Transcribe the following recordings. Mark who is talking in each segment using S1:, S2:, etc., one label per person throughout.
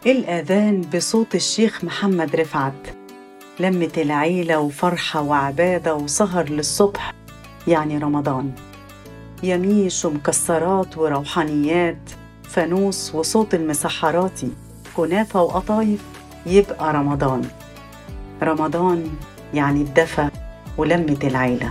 S1: الأذان بصوت الشيخ محمد رفعت، لمة العيلة وفرحة وعبادة وسهر للصبح، يعني رمضان. يميش ومكسرات وروحانيات، فانوس وصوت المسحراتي، كنافة وقطايف، يبقى رمضان. رمضان يعني الدفى ولمة العيلة.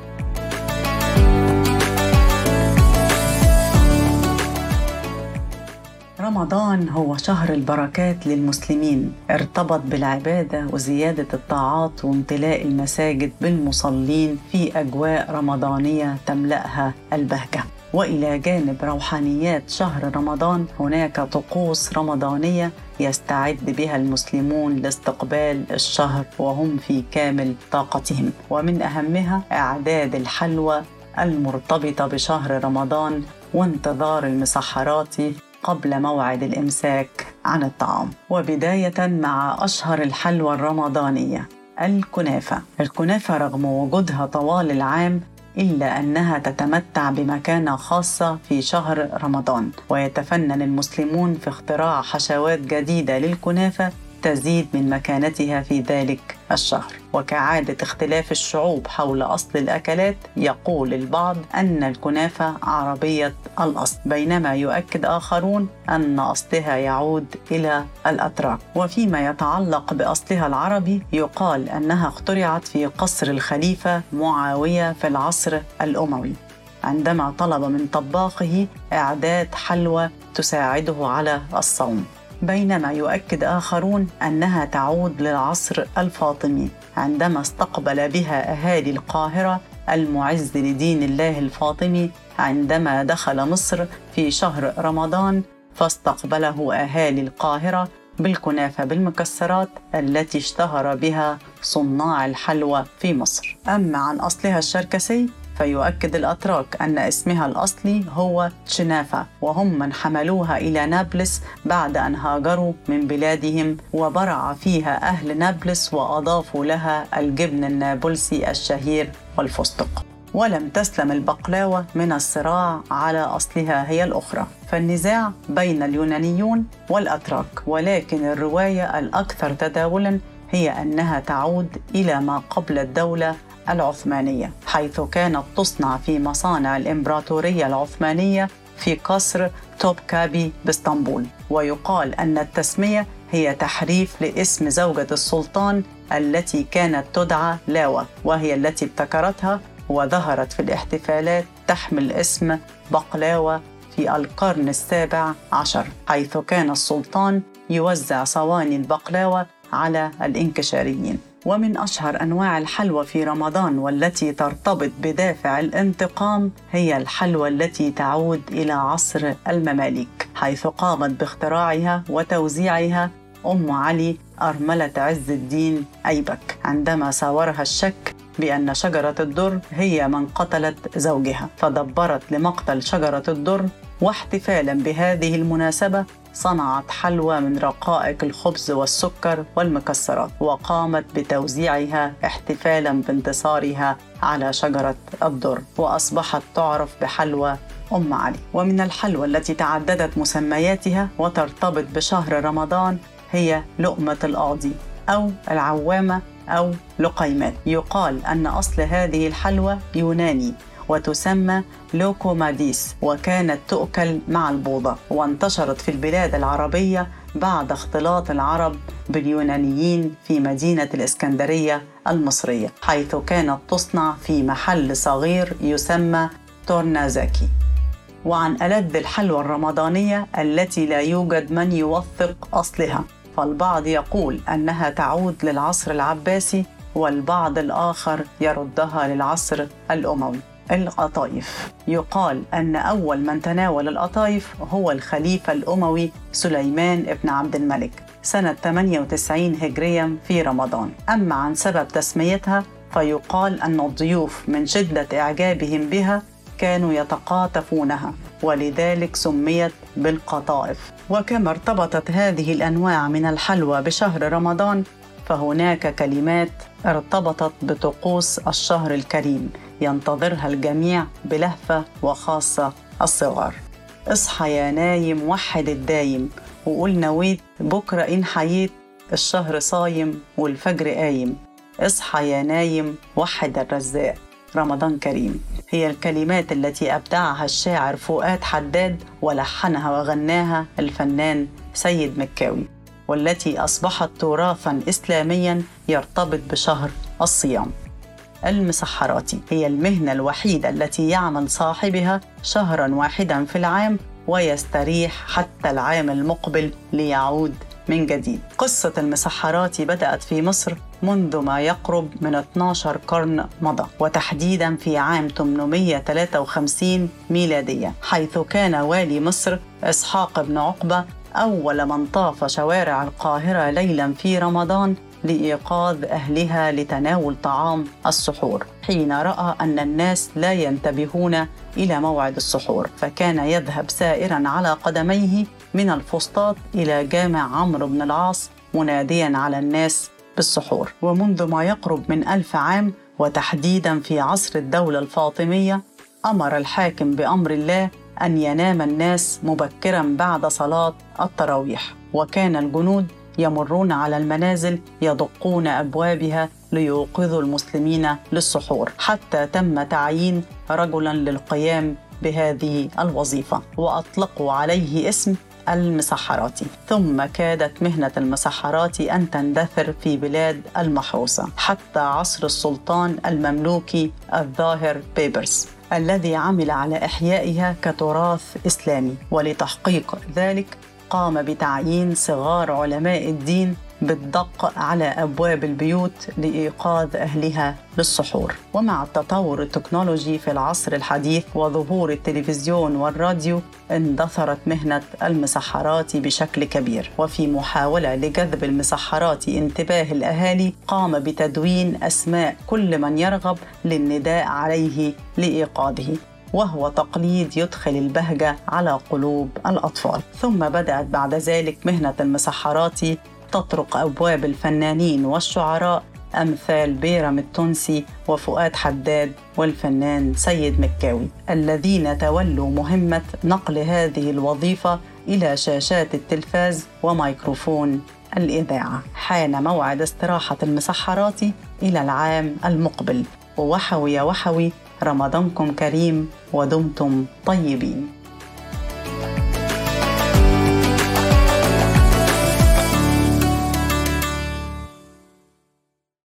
S1: رمضان هو شهر البركات للمسلمين، ارتبط بالعبادة وزيادة الطاعات وامتلاء المساجد بالمصلين في أجواء رمضانية تملأها البهجة. وإلى جانب روحانيات شهر رمضان هناك طقوس رمضانية يستعد بها المسلمون لاستقبال الشهر وهم في كامل طاقتهم، ومن أهمها إعداد الحلوى المرتبطة بشهر رمضان وانتظار المسحرات قبل موعد الإمساك عن الطعام. وبداية مع أشهر الحلوى الرمضانية الكنافة. الكنافة رغم وجودها طوال العام إلا أنها تتمتع بمكانة خاصة في شهر رمضان، ويتفنن المسلمون في اختراع حشوات جديدة للكنافة تزيد من مكانتها في ذلك الشهر. وكعادة اختلاف الشعوب حول أصل الأكلات، يقول البعض أن الكنافة عربية الأصل، بينما يؤكد آخرون أن أصلها يعود إلى الأتراك. وفيما يتعلق بأصلها العربي، يقال أنها اخترعت في قصر الخليفة معاوية في العصر الأموي، عندما طلب من طباخه إعداد حلوى تساعده على الصوم. بينما يؤكد آخرون أنها تعود للعصر الفاطمي، عندما استقبل بها أهالي القاهرة المعز لدين الله الفاطمي عندما دخل مصر في شهر رمضان، فاستقبله أهالي القاهرة بالكنافة بالمكسرات التي اشتهر بها صناع الحلوى في مصر. أما عن أصلها الشركسي، فيؤكد الأتراك أن اسمها الأصلي هو تشنافة، وهم من حملوها إلى نابلس بعد أن هاجروا من بلادهم، وبرع فيها أهل نابلس وأضافوا لها الجبن النابلسي الشهير والفستق. ولم تسلم البقلاوة من الصراع على أصلها هي الأخرى، فالنزاع بين اليونانيون والأتراك، ولكن الرواية الأكثر تداولاً هي أنها تعود إلى ما قبل الدولة العثمانية، حيث كانت تصنع في مصانع الإمبراطورية العثمانية في قصر توبكابي باسطنبول. ويقال أن التسمية هي تحريف لاسم زوجة السلطان التي كانت تدعى لاوة، وهي التي ابتكرتها وظهرت في الاحتفالات تحمل اسم بقلاوة في القرن السابع عشر، حيث كان السلطان يوزع صواني البقلاوة على الإنكشاريين. ومن أشهر أنواع الحلوى في رمضان والتي ترتبط بدافع الانتقام هي الحلوى التي تعود إلى عصر المماليك، حيث قامت باختراعها وتوزيعها أم علي أرملة عز الدين أيبك، عندما ساورها الشك بأن شجرة الدر هي من قتلت زوجها، فدبرت لمقتل شجرة الدر. واحتفالاً بهذه المناسبة صنعت حلوى من رقائق الخبز والسكر والمكسرات، وقامت بتوزيعها احتفالاً بانتصارها على شجرة الدر، وأصبحت تعرف بحلوى أم علي. ومن الحلوى التي تعددت مسمياتها وترتبط بشهر رمضان هي لقمة القاضي أو العوامة أو لقيمات. يقال أن أصل هذه الحلوى يوناني وتسمى لوكوماديس، وكانت تؤكل مع البوضة، وانتشرت في البلاد العربية بعد اختلاط العرب باليونانيين في مدينة الإسكندرية المصرية، حيث كانت تصنع في محل صغير يسمى تورنازاكي. وعن ألذ الحلوى الرمضانية التي لا يوجد من يوثق أصلها، فالبعض يقول أنها تعود للعصر العباسي، والبعض الآخر يردها للعصر الأموي. القطايف. يقال أن أول من تناول القطايف هو الخليفة الأموي سليمان بن عبد الملك سنة 98 هجريا في رمضان. أما عن سبب تسميتها، فيقال أن الضيوف من شدة إعجابهم بها كانوا يتقاطفونها، ولذلك سميت بالقطائف. وكما ارتبطت هذه الأنواع من الحلوى بشهر رمضان، فهناك كلمات ارتبطت بطقوس الشهر الكريم ينتظرها الجميع بلهفة، وخاصة الصغار. اصحى يا نايم وحد الدايم، وقول نويت بكرة إن حييت، الشهر صايم والفجر قايم، اصحى يا نايم وحد الرزاق، رمضان كريم. هي الكلمات التي أبدعها الشاعر فؤاد حداد ولحنها وغناها الفنان سيد مكاوي، والتي أصبحت تراثاً إسلامياً يرتبط بشهر الصيام. المسحراتي هي المهنة الوحيدة التي يعمل صاحبها شهراً واحداً في العام ويستريح حتى العام المقبل ليعود من جديد. قصة المسحراتي بدأت في مصر منذ ما يقرب من 12 قرن مضى، وتحديداً في عام 853 ميلادية، حيث كان والي مصر إسحاق بن عقبة أول من طاف شوارع القاهرة ليلاً في رمضان لإيقاظ أهلها لتناول طعام السحور، حين رأى أن الناس لا ينتبهون إلى موعد السحور، فكان يذهب سائراً على قدميه من الفسطاط إلى جامع عمرو بن العاص منادياً على الناس بالسحور. ومنذ ما يقرب من 1000 عام، وتحديداً في عصر الدولة الفاطمية، أمر الحاكم بأمر الله أن ينام الناس مبكراً بعد صلاة التراويح، وكان الجنود يمرون على المنازل يدقون أبوابها ليوقظوا المسلمين للسحور، حتى تم تعيين رجلاً للقيام بهذه الوظيفة وأطلقوا عليه اسم المسحراتي. ثم كادت مهنة المسحراتي أن تندثر في بلاد المحروسة حتى عصر السلطان المملوكي الظاهر بيبرس، الذي عمل على إحيائها كتراث إسلامي. ولتحقيق ذلك قام بتعيين صغار علماء الدين بالدق على أبواب البيوت لإيقاظ أهلها للسحور. ومع التطور التكنولوجي في العصر الحديث وظهور التلفزيون والراديو، اندثرت مهنة المسحراتي بشكل كبير. وفي محاولة لجذب المسحراتي انتباه الأهالي، قام بتدوين أسماء كل من يرغب للنداء عليه لإيقاظه، وهو تقليد يدخل البهجة على قلوب الأطفال. ثم بدأت بعد ذلك مهنة المسحراتي تطرق أبواب الفنانين والشعراء أمثال بيرم التونسي وفؤاد حداد والفنان سيد مكاوي، الذين تولوا مهمة نقل هذه الوظيفة إلى شاشات التلفاز وميكروفون الإذاعة. حان موعد استراحة المسحراتي إلى العام المقبل، ووحوي يا وحوي، رمضانكم كريم ودمتم طيبين.